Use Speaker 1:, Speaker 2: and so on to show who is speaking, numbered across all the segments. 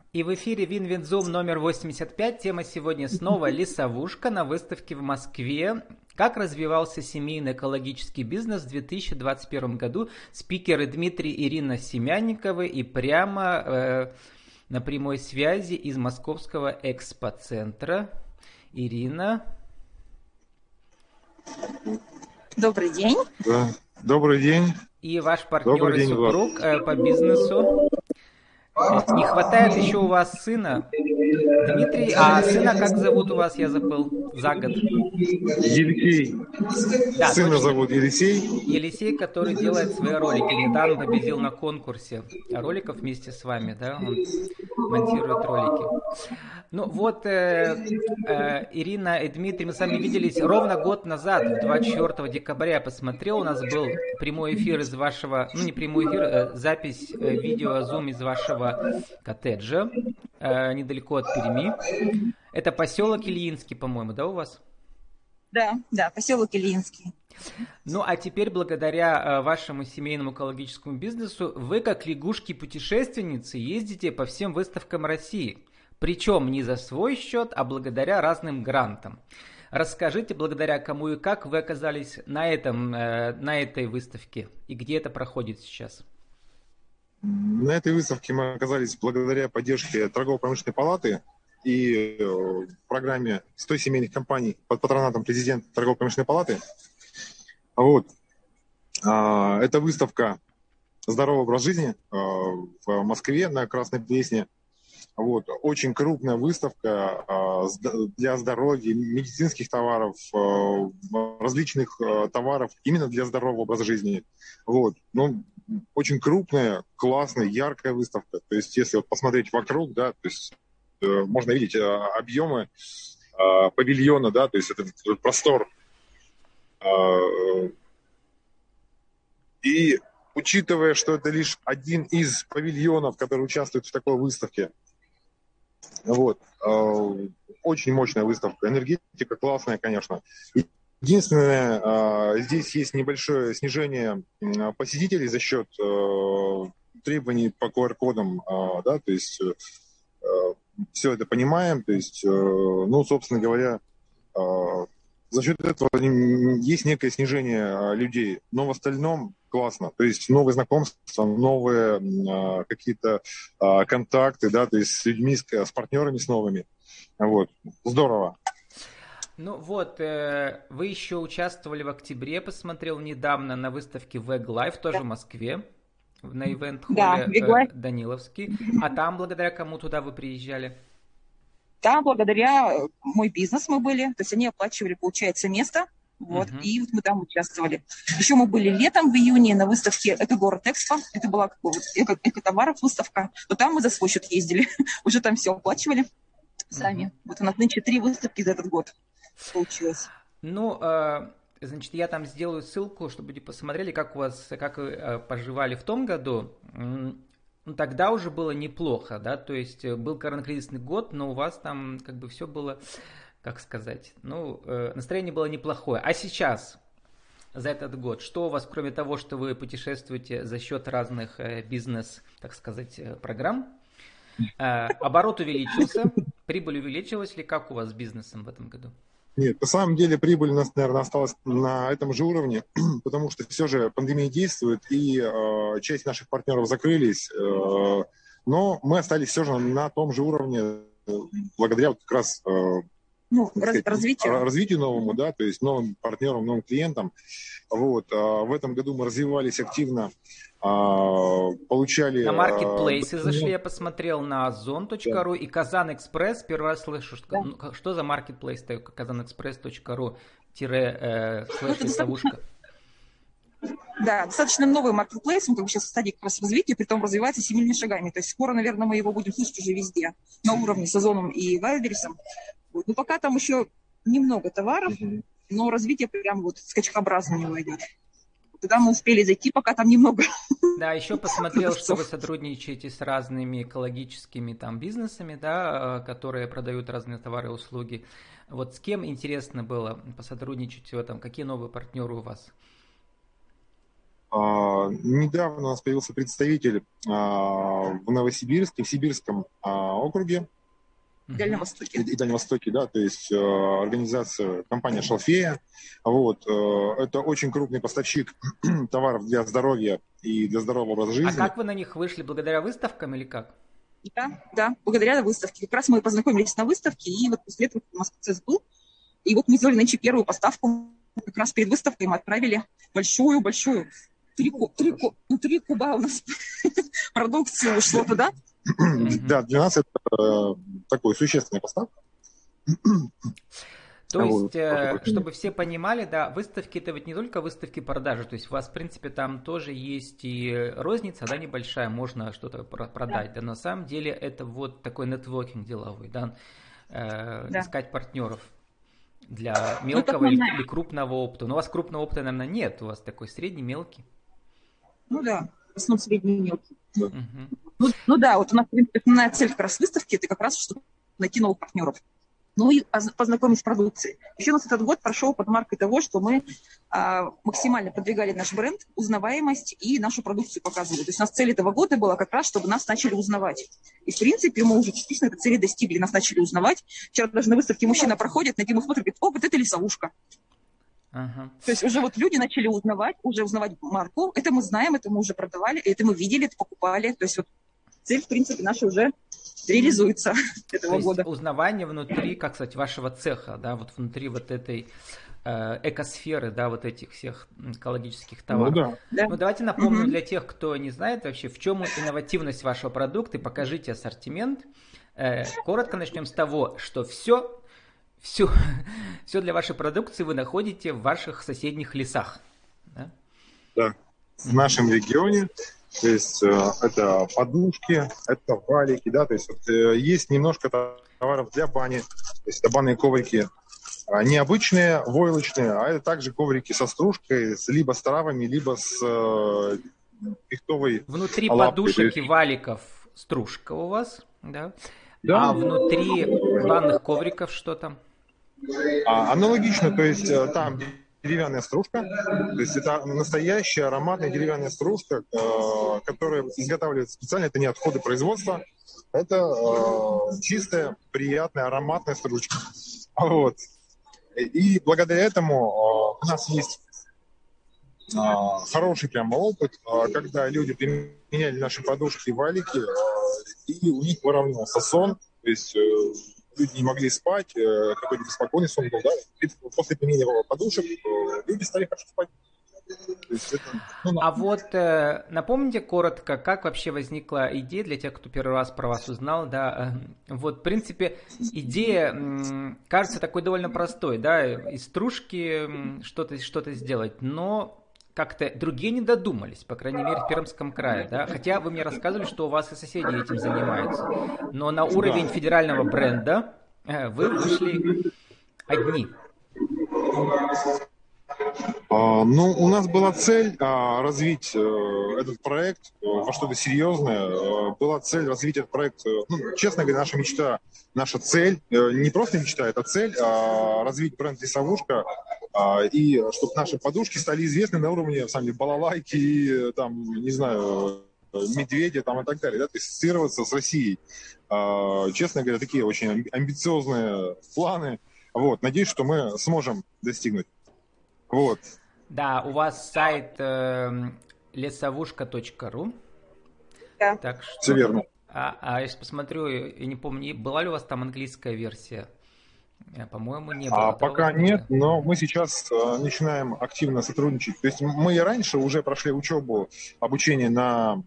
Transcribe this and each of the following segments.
Speaker 1: И в эфире Винвинзум номер 85. Тема сегодня снова «Лесовушка» на выставке в Москве. Как развивался семейный экологический бизнес в 2021 году? Спикеры Дмитрий и Ирина Семянниковы и прямо на прямой связи из Московского экспоцентра. Ирина.
Speaker 2: Добрый день.
Speaker 3: Да. Добрый день.
Speaker 1: И ваш партнер и супруг по бизнесу. Не хватает еще у вас сына, Дмитрий, а сына как зовут у вас, я забыл, за год?
Speaker 3: Елисей. Да, сына точно. Зовут Елисей.
Speaker 1: Елисей, который делает свои ролики. Недавно победил на конкурсе роликов вместе с вами, да, он монтирует ролики. Ну вот, Ирина и Дмитрий, мы с вами виделись ровно год назад, 24 декабря я посмотрел, у нас был прямой эфир из вашего, ну не прямой эфир, запись видео Zoom из вашего коттеджа, недалеко от Перми. Это поселок Ильинский, по-моему, да, у вас?
Speaker 2: Да, поселок Ильинский.
Speaker 1: Ну, а теперь, благодаря вашему семейному экологическому бизнесу, вы, как лягушки-путешественницы, ездите по всем выставкам России. Причем не за свой счет, а благодаря разным грантам. Расскажите, благодаря кому и как вы оказались на этой выставке и где это проходит сейчас?
Speaker 3: На этой выставке мы оказались благодаря поддержке Торгово-промышленной палаты и программе 100 семейных компаний под патронатом президента Торгово-промышленной палаты. Вот. Это выставка «Здоровый образ жизни» в Москве на Красной Пресне. Вот. Очень крупная выставка для здоровья, медицинских товаров, различных товаров именно для здорового образа жизни. Вот. Ну, очень крупная, классная, яркая выставка. То есть, если вот посмотреть вокруг, да, то есть можно видеть объемы павильона, да, то есть это простор. И учитывая, что это лишь один из павильонов, который участвует в такой выставке, вот, очень мощная выставка, энергетика классная, конечно. Единственное, здесь есть небольшое снижение посетителей за счет требований по QR-кодам, да, то есть все это понимаем, то есть, ну, собственно говоря, за счет этого есть некое снижение людей, но в остальном классно, то есть новые знакомства, новые какие-то контакты, да, то есть с людьми, с партнерами, с новыми, вот, здорово.
Speaker 1: Ну вот, вы еще участвовали в октябре, посмотрел недавно на выставке VEG Live, тоже в Москве, на ивент-холле Даниловский. А там благодаря кому туда вы приезжали?
Speaker 2: Там благодаря мой бизнес мы были, то есть они оплачивали, получается, место, вот, и вот мы там участвовали. Еще мы были летом, в июне, на выставке «Экогород Экспо», это была экотоваров выставка, но там мы за свой счет ездили, уже там все оплачивали сами. Вот у нас нынче 3 выставки за этот год получилось.
Speaker 1: Ну, значит, я там сделаю ссылку, чтобы люди посмотрели, как вы поживали в том году. Ну, тогда уже было неплохо, да, то есть был коронакризисный год, но у вас там как бы все было, как сказать, ну, настроение было неплохое. А сейчас, за этот год, что у вас, кроме того, что вы путешествуете за счет разных бизнес, так сказать, программ, оборот увеличился, прибыль увеличилась ли, как у вас с бизнесом в этом году?
Speaker 3: Нет, на самом деле прибыль у нас, наверное, осталась на этом же уровне, потому что все же пандемия действует, и часть наших партнеров закрылись, но мы остались все же на том же уровне, благодаря вот как раз развитию новому, да, то есть новым партнерам, новым клиентам. Вот. В этом году мы развивались активно, получали...
Speaker 1: На маркетплейсы зашли, я посмотрел на ozon.ru и Казан-Экспресс. Первый раз слышу, что за маркетплейс, kazanexpress.ru-лесовушка.
Speaker 2: Да, достаточно новый маркетплейс, он как бы сейчас в стадии как раз развития, притом развивается семейными шагами. То есть скоро, наверное, мы его будем слышать уже везде, на уровне с Озоном и Вайлдберрисом. Вот. Но пока там еще немного товаров, но развитие прям вот скачкообразно у него идет. Туда мы успели зайти, пока там немного.
Speaker 1: Да, еще посмотрел, что вы сотрудничаете с разными экологическими там бизнесами, да, которые продают разные товары и услуги. Вот с кем интересно было посотрудничать в этом? Какие новые партнеры у вас?
Speaker 3: Недавно у нас появился представитель в Новосибирске, в Сибирском округе.
Speaker 2: Дальнем Востоке.
Speaker 3: И Дальнем Востоке, да, то есть организация, компания «Шалфея». Вот, это очень крупный поставщик товаров для здоровья и для здорового образа жизни.
Speaker 1: А как вы на них вышли? Благодаря выставкам или как?
Speaker 2: Да, благодаря выставке. Как раз мы познакомились на выставке, и вот после этого у нас процесс был. И вот мы сделали нынче первую поставку. Как раз перед выставкой мы отправили большую, 3 куба у нас продукции ушло туда.
Speaker 3: Да, для нас это такой существенный поставка.
Speaker 1: То есть, чтобы все понимали, да, выставки это ведь не только выставки продажи, то есть у вас, в принципе, там тоже есть и розница, да, небольшая, можно что-то продать, да, но на самом деле это вот такой нетворкинг деловой, да, искать партнеров для мелкого или крупного опыта. Но у вас крупного опыта, наверное, нет, у вас такой средний, мелкий.
Speaker 2: Ну да, в основном средний, мелкий. Ну да, вот у нас, в принципе, основная цель как раз выставки, это как раз, чтобы найти новых партнеров. Ну и познакомить с продукцией. Еще у нас этот год прошел под маркой того, что мы максимально продвигали наш бренд, узнаваемость и нашу продукцию показывали. То есть у нас цель этого года была как раз, чтобы нас начали узнавать. И в принципе мы уже частично этой цели достигли, нас начали узнавать. Вчера даже на выставке мужчина проходит, на него смотрит, говорит: о, вот это лесовушка.
Speaker 1: Ага.
Speaker 2: То есть уже вот люди начали узнавать марку. Это мы знаем, это мы уже продавали, это мы видели, это покупали. То есть вот цель, в принципе, наша уже реализуется этого года.
Speaker 1: Узнавание внутри, как сказать, вашего цеха, да, вот внутри вот этой экосферы, да, вот этих всех экологических товаров. Ну, давайте напомню для тех, кто не знает вообще, в чем инновативность вашего продукта, и покажите ассортимент. Коротко начнем с того, что все для вашей продукции вы находите в ваших соседних лесах. Да,
Speaker 3: да, в нашем регионе. То есть это подушки, это валики, да, то есть вот, есть немножко товаров для бани, то есть это банные коврики, необычные, войлочные, а это также коврики со стружкой, либо с травами, либо с пихтовой
Speaker 1: внутри
Speaker 3: лапкой,
Speaker 1: подушек и валиков стружка у вас, да? А внутри банных ковриков что там?
Speaker 3: Аналогично, то есть там деревянная стружка, то есть это настоящая ароматная деревянная стружка, которая изготавливается специально, это не отходы производства, это чистая, приятная, ароматная стружка. Вот. И благодаря этому у нас есть хороший прям опыт, когда люди применяли наши подушки и валики, и у них выравнивался сон, то есть люди не могли спать, какой-то беспокойный сон был, да, и после применения подушек люди стали хорошо спать.
Speaker 1: А вот напомните коротко, как вообще возникла идея для тех, кто первый раз про вас узнал, да, вот в принципе идея кажется такой довольно простой, да, из стружки что-то сделать, но как-то другие не додумались, по крайней мере в Пермском крае, да, хотя вы мне рассказывали, что у вас и соседи этим занимаются, но на уровень федерального бренда вы вышли одни.
Speaker 3: Ну, у нас была цель развить этот проект во что-то серьезное. Была цель развить этот проект, ну, честно говоря, наша мечта, наша цель, не просто мечта, это цель, развить бренд «Лесовушка», и чтобы наши подушки стали известны на уровне, сами балалайки, там, не знаю, медведя там, и так далее, да, то есть ассоциироваться с Россией. Честно говоря, такие очень амбициозные планы. Вот, надеюсь, что мы сможем достигнуть. Вот.
Speaker 1: Да, у вас сайт лесовушка.ру.
Speaker 2: Да.
Speaker 1: Так что,
Speaker 3: все верно.
Speaker 1: А я посмотрю, я не помню, была ли у вас там английская версия? По-моему, не было.
Speaker 3: Пока нет, но мы сейчас начинаем активно сотрудничать. То есть мы и раньше уже прошли учебу, обучение в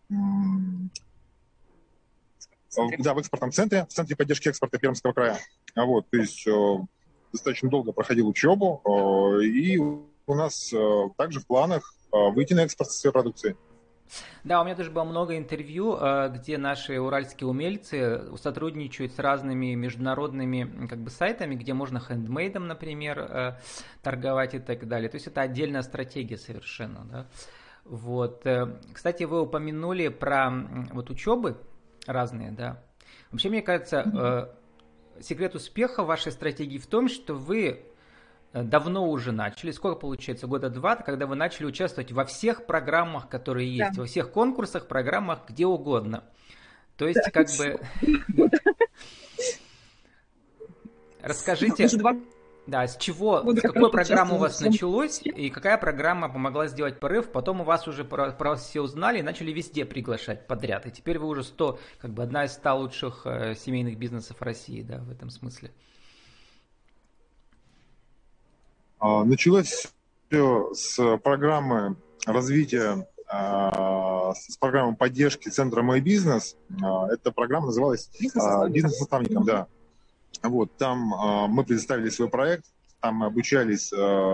Speaker 3: экспортном центре, в Центре поддержки экспорта Пермского края. Вот, то есть достаточно долго проходил учебу, и у нас также в планах выйти на экспорт своей продукции.
Speaker 1: Да, у меня тоже было много интервью, где наши уральские умельцы сотрудничают с разными международными как бы сайтами, где можно хендмейдом, например, торговать и так далее. То есть это отдельная стратегия совершенно. Да? Вот. Кстати, вы упомянули про вот учебы разные, да. Вообще, мне кажется, секрет успеха вашей стратегии в том, что вы давно уже начали, сколько получается, года 2, когда вы начали участвовать во всех программах, которые есть, во всех конкурсах, программах, где угодно. То есть, как бы... Расскажите, да, с какой программы у вас началось, и какая программа помогла сделать порыв, потом у вас уже про вас все узнали и начали везде приглашать подряд, и теперь вы уже одна из 100 лучших семейных бизнесов России, да, в этом смысле.
Speaker 3: Началось все с программы развития, с программы поддержки центра «Мой бизнес». Эта программа называлась «Бизнес-наставником», да. Вот, там мы предоставили свой проект, там мы обучались,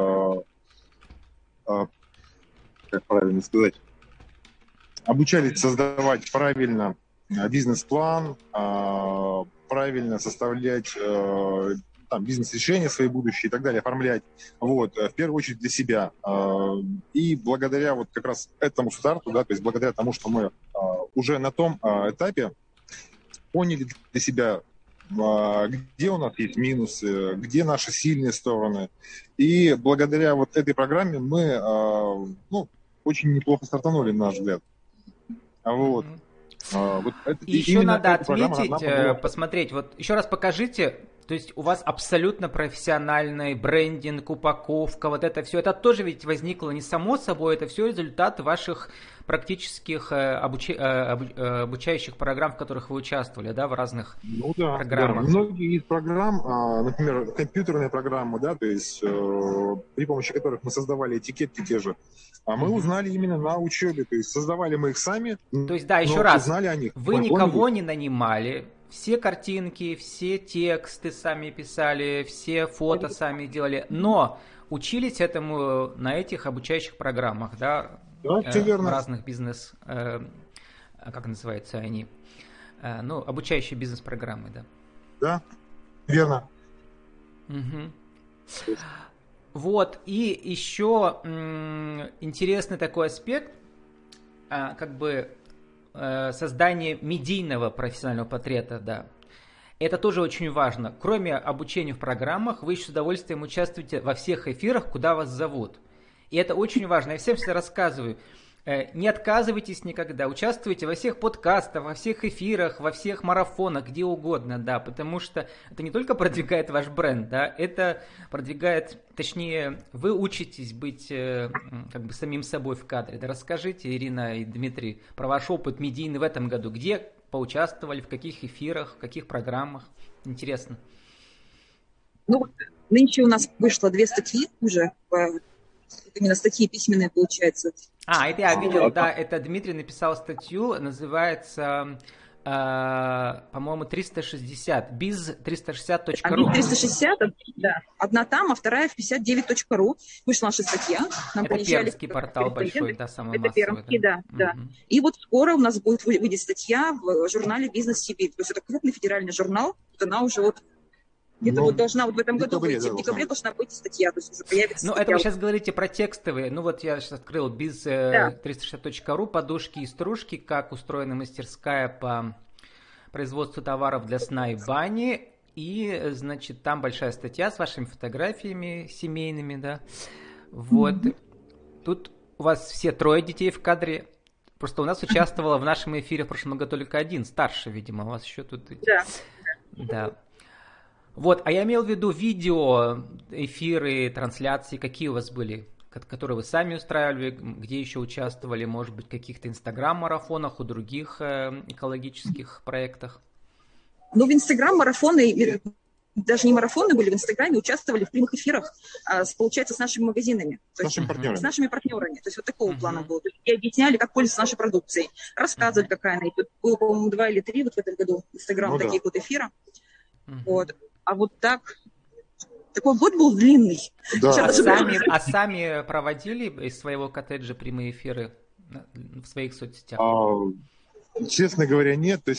Speaker 3: как правильно сказать, обучались создавать правильно бизнес-план, правильно составлять там, бизнес-решения свои будущие и так далее, оформлять, вот, в первую очередь для себя. И благодаря вот как раз этому старту, да, то есть благодаря тому, что мы уже на том этапе поняли для себя, где у нас есть минусы, где наши сильные стороны. И благодаря вот этой программе мы очень неплохо стартанули, на наш взгляд. Вот.
Speaker 1: И еще надо отметить, посмотреть, вот еще раз покажите, то есть у вас абсолютно профессиональный брендинг, упаковка, вот это все, это тоже ведь возникло не само собой, это все результат ваших практических обучающих программ, в которых вы участвовали, да, в разных программах.
Speaker 3: Да. Многие из программ, например, компьютерные программы, да, то есть при помощи которых мы создавали этикетки те же, мы узнали именно на учебе, то есть создавали мы их сами,
Speaker 1: то есть, да, еще раз,
Speaker 3: узнали о них.
Speaker 1: Вы никого не нанимали, все картинки, все тексты сами писали, все фото сами делали, но учились этому на этих обучающих программах, да,
Speaker 3: все верно.
Speaker 1: Разных бизнес, как называются они, обучающие бизнес-программы, да.
Speaker 3: Да, верно.
Speaker 1: Угу. Вот, и еще интересный такой аспект, создание медийного профессионального портрета, да. Это тоже очень важно. Кроме обучения в программах, вы еще с удовольствием участвуете во всех эфирах, куда вас зовут. И это очень важно. Я всем всегда рассказываю. Не отказывайтесь никогда. Участвуйте во всех подкастах, во всех эфирах, во всех марафонах, где угодно, да, потому что это не только продвигает ваш бренд, да, это продвигает, точнее, вы учитесь быть самим собой в кадре. Да, расскажите, Ирина и Дмитрий, про ваш опыт медийный в этом году. Где поучаствовали, в каких эфирах, в каких программах? Интересно.
Speaker 2: Нынче у нас вышло 2 статьи уже, именно статьи письменные, получается.
Speaker 1: Это я видел, да, это Дмитрий написал статью, называется, по-моему, 360, biz360.ru. 360,
Speaker 2: да, одна там, а вторая в 59.ru. Вышла наша статья.
Speaker 1: Это пермский портал большой, да, самый массовый.
Speaker 2: Это пермский, да. И вот скоро у нас будет выйдет статья в журнале «Бизнес Сибирь». То есть это крупный федеральный журнал, она уже где-то должна в этом году выйти. В декабре должна быть статья, то есть уже появится статья.
Speaker 1: Это вы сейчас говорите про текстовые. Я сейчас открыл biz360.ru, подушки и стружки, как устроена мастерская по производству товаров для сна и бани. И, значит, там большая статья с вашими фотографиями семейными, да. Вот. Тут у вас все 3 детей в кадре. Просто у нас участвовала в нашем эфире в прошлом году только 1, старше, видимо. У вас еще тут... Да. Вот, а я имел в виду видео, эфиры, трансляции, какие у вас были, которые вы сами устраивали, где еще участвовали, может быть, в каких-то инстаграм-марафонах, у других экологических проектах?
Speaker 2: В инстаграм-марафоны, даже не марафоны были, в инстаграме участвовали в прямых эфирах, получается, с нашими магазинами.
Speaker 3: С нашими партнерами.
Speaker 2: С нашими партнерами. То есть вот такого плана было. То есть и объясняли, как пользоваться нашей продукцией, рассказывали, какая она. И тут было, по-моему, 2 или 3 в этом году инстаграм таких вот эфира. Вот. А вот так, такой год был длинный.
Speaker 3: Да.
Speaker 1: А сами проводили из своего коттеджа прямые эфиры в своих соцсетях?
Speaker 3: Честно говоря, нет. То есть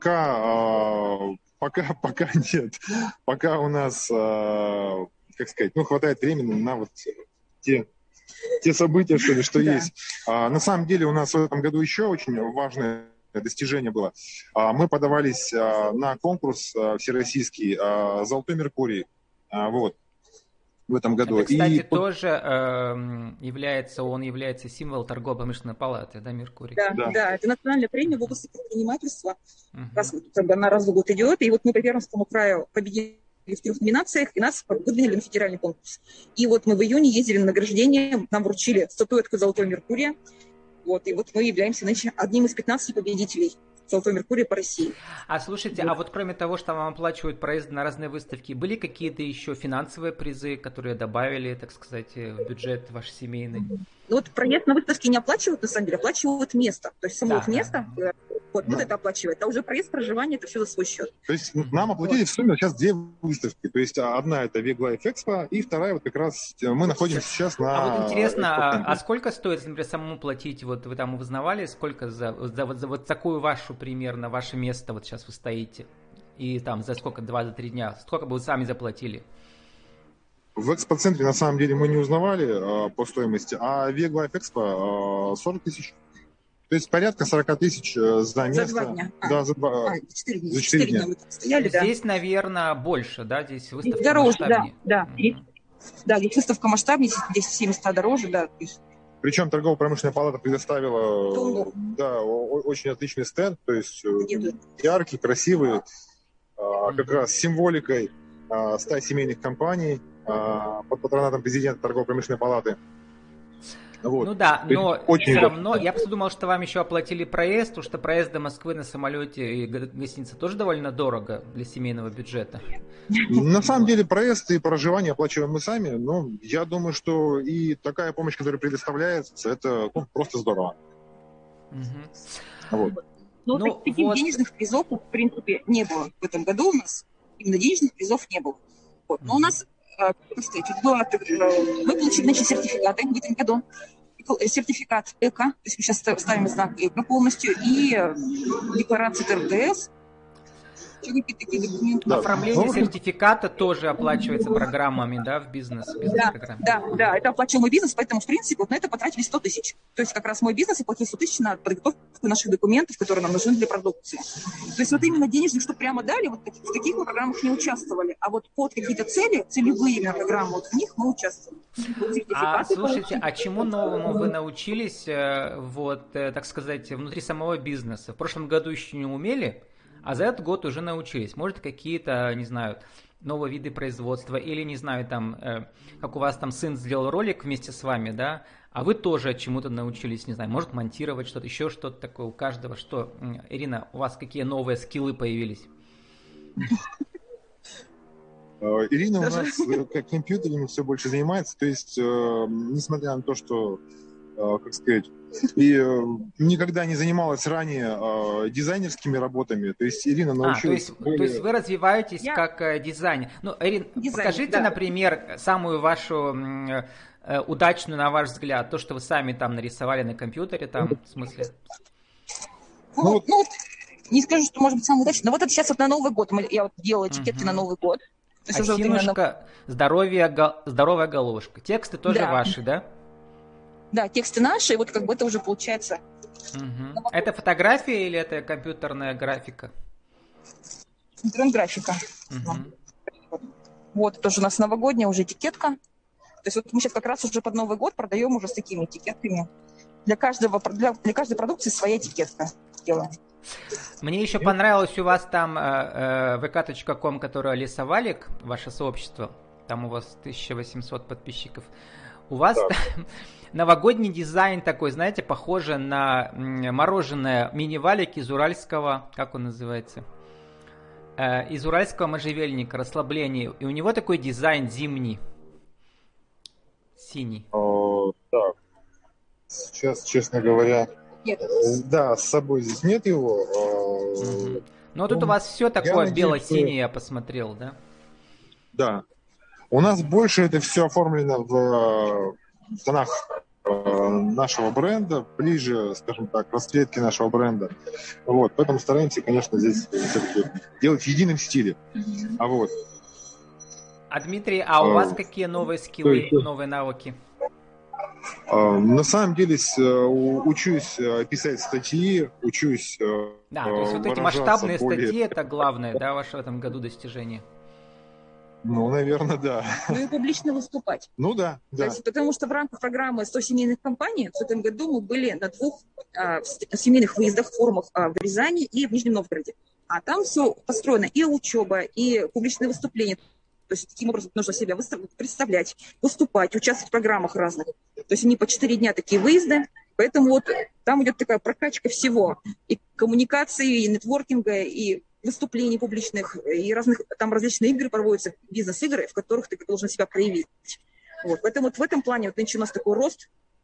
Speaker 3: пока нет. Пока у нас, хватает времени на вот те события, что есть. На самом деле у нас в этом году еще очень важное достижение было. Мы подавались на конкурс всероссийский «Золотой Меркурий». Вот. в этом году.
Speaker 1: Это, кстати, тоже является символом торгово-промышленной палаты, да, Меркурий?
Speaker 2: Да, это национальная премия в области предпринимательства. Она раз в год идет, и вот мы по Пермскому краю победили в 3 номинациях, и нас выдвинули на федеральный конкурс. И вот мы в июне ездили на награждение, нам вручили статуэтку «Золотого Меркурия». Вот, и вот мы являемся одним из 15 победителей «Золотого Меркурия» по России.
Speaker 1: А слушайте, а вот кроме того, что вам оплачивают проезд на разные выставки, были какие-то еще финансовые призы, которые добавили, так сказать, в бюджет ваш семейный?
Speaker 2: Ну вот проезд на выставке не оплачивают, на самом деле, оплачивают место. То есть само место, вот это оплачивает, а уже проезд, проживание, это все за свой счет.
Speaker 3: То есть нам оплатили в сумме сейчас 2 выставки. То есть одна это Weglife Expo, и вторая вот как раз мы находимся сейчас на...
Speaker 1: А вот интересно, а сколько стоит, например, самому платить? Вот вы там узнавали, сколько за вот такую вашу примерно, ваше место вот сейчас вы стоите? И там за сколько, 2-3 дня? Сколько бы вы сами заплатили?
Speaker 3: В экспоцентре на самом деле мы не узнавали по стоимости, а Weglife Expo 40 тысяч. То есть порядка 40 тысяч за место.
Speaker 2: За 2 дня.
Speaker 3: Да, за 4 дня.
Speaker 2: Стояли,
Speaker 1: здесь, наверное, больше, да? Здесь выставка
Speaker 2: дороже,
Speaker 1: масштабнее.
Speaker 2: Да, здесь выставка масштабнее, здесь все места дороже, да.
Speaker 3: Причем торгово-промышленная палата предоставила очень отличный стенд, то есть яркий, красивый, как раз с символикой 100 семейных компаний под патронатом президента торгово-промышленной палаты. Вот.
Speaker 1: Ну да, но
Speaker 3: очень
Speaker 1: все равно, я просто думал, что вам еще оплатили проезд, потому что проезд до Москвы на самолете и гостиница тоже довольно дорого для семейного бюджета.
Speaker 3: На самом деле проезд и проживание оплачиваем мы сами, но я думаю, что и такая помощь, которая предоставляется, это просто здорово. Вот.
Speaker 2: Но таких денежных призов, в принципе, не было в этом году у нас. Именно денежных призов не было. Вот. Но у нас, мы получили, сертификаты в этом году. Сертификат ЭКО, то есть мы сейчас ставим знак ЭКО полностью, и декларация ТРДС.
Speaker 1: Да. Оформление сертификата тоже оплачивается программами, да, в бизнес-программе?
Speaker 2: Да, это оплачивал мой бизнес, поэтому, в принципе, вот на это потратили 100 тысяч. То есть как раз мой бизнес оплатил 100 тысяч на подготовку наших документов, которые нам нужны для продукции. То есть вот именно денежных, что прямо дали, вот в таких мы программах не участвовали. А вот под какие-то целевые именно программы, вот в них мы участвовали.
Speaker 1: Слушайте, а чему новому вы научились, так сказать, внутри самого бизнеса? В прошлом году еще не умели? А за этот год уже научились. Может, какие-то, не знаю, новые виды производства, или, не знаю, там, как у вас там сын сделал ролик вместе с вами, да, а вы тоже чему-то научились, не знаю, может, монтировать что-то, еще что-то такое у каждого. Что, Ирина, у вас какие новые скиллы появились?
Speaker 3: Ирина у нас компьютерами все больше занимается, то есть, несмотря на то, что, как сказать, и никогда не занималась ранее дизайнерскими работами. То есть Ирина научилась...
Speaker 1: То есть вы развиваетесь как дизайнер. Ну, Ирина, покажите, например, самую вашу удачную, на ваш взгляд, то, что вы сами там нарисовали на компьютере, там, в смысле...
Speaker 2: Не скажу, что может быть самый удачный, но вот это сейчас вот на Новый год. Я вот делала этикетки на Новый год.
Speaker 1: Осинушка, здоровая головушка. Тексты тоже ваши, да?
Speaker 2: Да, тексты наши, и вот как бы это уже получается.
Speaker 1: Это фотография или это компьютерная графика?
Speaker 2: Компьютерная графика. Вот, тоже у нас новогодняя уже этикетка. То есть вот мы сейчас как раз уже под Новый год продаем уже с такими этикетками. Для каждой продукции своя этикетка делаем.
Speaker 1: Мне еще понравилось у вас там vk.com, которое Лесовалик, ваше сообщество. Там у вас 1800 подписчиков. У вас там новогодний дизайн такой, знаете, похоже на мороженое мини-валик из уральского, как он называется? Из уральского можжевельника, расслабление. И у него такой дизайн зимний. Синий.
Speaker 3: Так. Сейчас, честно говоря,
Speaker 2: нет.
Speaker 3: Да, с собой здесь нет его.
Speaker 1: Но тут у вас все такое бело-синее, я посмотрел, да?
Speaker 3: Да. У нас больше это все оформлено в тонах нашего бренда, ближе, скажем так, к расцветке нашего бренда. Вот, поэтому стараемся, конечно, здесь делать в едином стиле.
Speaker 1: Дмитрий, а у вас какие новые скиллы, новые навыки?
Speaker 3: На самом деле учусь писать статьи, учусь
Speaker 1: Да, то есть вот эти масштабные статьи, это главное, да, ваше в этом году достижение?
Speaker 3: Ну, наверное, да.
Speaker 2: Ну и публично выступать.
Speaker 3: Ну да,
Speaker 2: То
Speaker 3: да.
Speaker 2: есть, потому что в рамках программы 100 семейных компаний в этом году мы были на 2 семейных выездах, форумах в Рязани и в Нижнем Новгороде. А там все построено, и учеба, и публичные выступления. То есть таким образом нужно себя представлять, выступать, участвовать в программах разных. То есть они по 4 дня такие выезды. Поэтому вот там идет такая прокачка всего. И коммуникации, и нетворкинга, и выступлений публичных, и разных, там различные игры проводятся, бизнес-игры, в которых ты должен себя проявить. Вот. Поэтому вот в этом плане вот нынче у нас такой рост.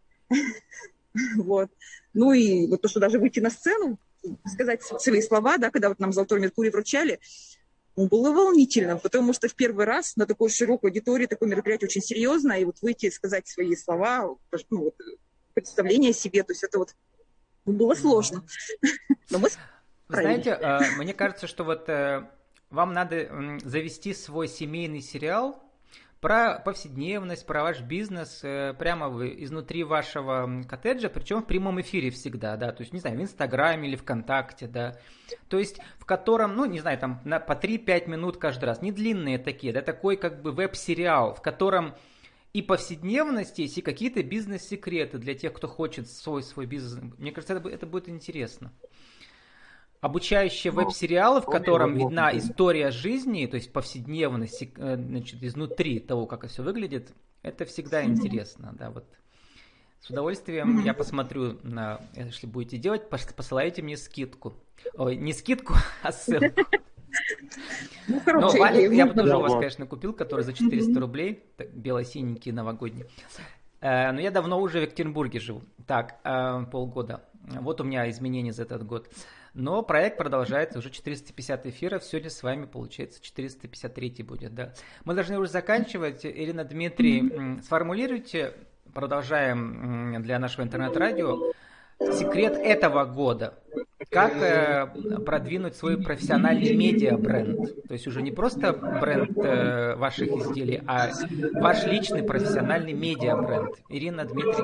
Speaker 2: Вот. Ну и вот то, что даже выйти на сцену, сказать свои слова, да, когда вот нам «Золотой Меркурий» вручали, было волнительно, потому что в первый раз на такой широкой аудитории такое мероприятие очень серьезно, и вот выйти и сказать свои слова, ну, вот, представление о себе, то есть это вот было сложно. Но мы справились.
Speaker 1: Знаете, мне кажется, что вот вам надо завести свой семейный сериал про повседневность, про ваш бизнес прямо изнутри вашего коттеджа, причем в прямом эфире всегда, да, то есть, не знаю, в Инстаграме или ВКонтакте, да, то есть, в котором, ну, не знаю, там, по 3-5 минут каждый раз, не длинные такие, да, такой как бы веб-сериал, в котором и повседневность есть, и какие-то бизнес-секреты для тех, кто хочет свой бизнес. Мне кажется, это будет интересно. Обучающий веб-сериал, в котором видна история жизни, то есть повседневность, значит, изнутри того, как это все выглядит, это всегда интересно, да, вот. С удовольствием я посмотрю, если будете делать, посылайте мне скидку. Ой, не скидку, а ссылку. Но валик я бы тоже у вас, конечно, купил, который за 400 рублей, бело-синенький, новогодний. Но я давно уже в Екатеринбурге живу. Так, полгода. Вот у меня изменения за этот год. Но проект продолжается, уже 450 эфиров. Сегодня с вами, получается, 453 будет, да. Мы должны уже заканчивать. Ирина, Дмитрий, сформулируйте, продолжаем для нашего интернет-радио, секрет этого года. Как продвинуть свой профессиональный медиа-бренд? То есть уже не просто бренд ваших изделий, а ваш личный профессиональный медиа-бренд. Ирина, Дмитрий.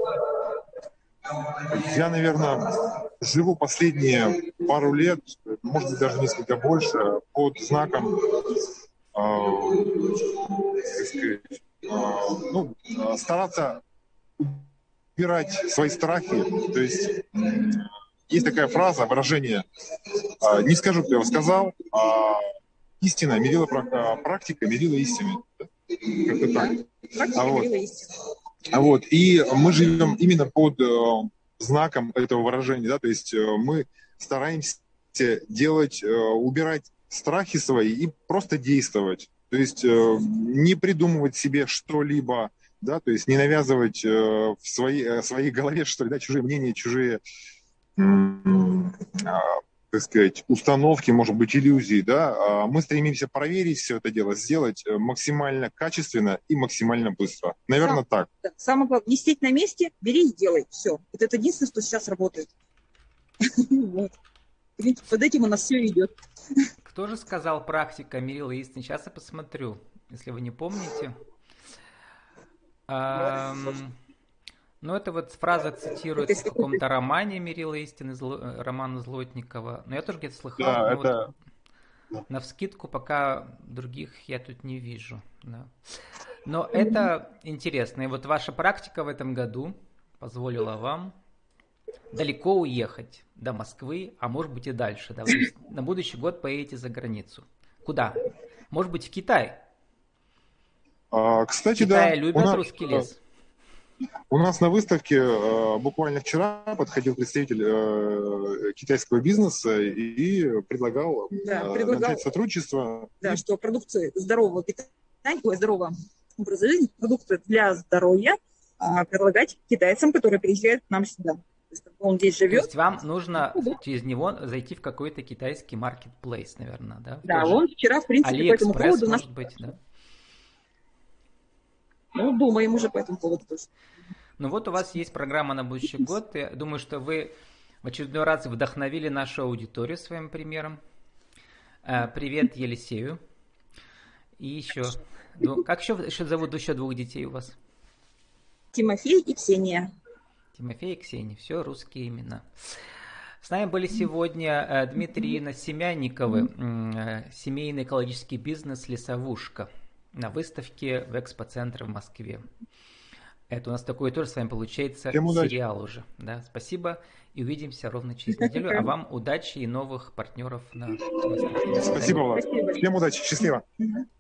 Speaker 3: Я, наверное, живу последние пару лет, может быть, даже несколько больше, под знаком, стараться убирать свои страхи. То есть такая фраза, выражение, не скажу, кто его сказал, истина мерила практика, мерила истины. Как-то так. Вот. И мы живем именно под знаком этого выражения, да, то есть мы стараемся делать, убирать страхи свои и просто действовать. То есть не придумывать себе что-либо, да, то есть не навязывать в своей голове, что ли, да, чужие мнения, чужие, так сказать, установки, может быть, иллюзии, да. Мы стремимся проверить все это дело, сделать максимально качественно и максимально быстро. Наверное, так.
Speaker 2: Самое главное, не сидеть на месте, бери и делай. Все. Это единственное, что сейчас работает. Под этим у нас все идет.
Speaker 1: Кто же сказал практика мерила истины? Сейчас я посмотрю, если вы не помните. Ну, это вот фраза цитируется в каком-то романе «Мерила истины», романа Злотникова. Но я тоже где-то слыхал.
Speaker 3: Да,
Speaker 1: это... вот навскидку пока других я тут не вижу. Да. Но это интересно. И вот ваша практика в этом году позволила вам далеко уехать до Москвы, а может быть и дальше. Да? Вы на будущий год поедете за границу. Куда? Может быть, в Китай?
Speaker 3: Кстати,
Speaker 1: в Китае любят русский лес.
Speaker 3: У нас на выставке буквально вчера подходил представитель китайского бизнеса и предлагал начать сотрудничество.
Speaker 2: Да, что продукция здорового питания, здорового образа жизни, продукция для здоровья предлагать китайцам, которые приезжают к нам сюда. То есть, он здесь живет.
Speaker 1: То есть вам нужно через него зайти в какой-то китайский маркетплейс, наверное, да?
Speaker 2: Да, тоже. Он вчера, в принципе, по этому поводу...
Speaker 1: может быть, да?
Speaker 2: Ну, думаем уже по этому поводу тоже.
Speaker 1: Ну вот у вас есть программа на будущий год. Я думаю, что вы в очередной раз вдохновили нашу аудиторию своим примером. Привет Елисею. И еще... Как еще зовут еще 2 детей у вас?
Speaker 2: Тимофей и Ксения.
Speaker 1: Тимофей и Ксения. Все русские имена. С нами были сегодня Дмитрий и Ирина Семянниковы, семейный экологический бизнес «Лесовушка». на выставке в экспоцентре в Москве. Это у нас такой тоже с вами получается сериал уже. Да, спасибо и увидимся ровно через неделю. А вам удачи и новых партнеров на выставке.
Speaker 3: Спасибо, Влад. Всем удачи, счастливо.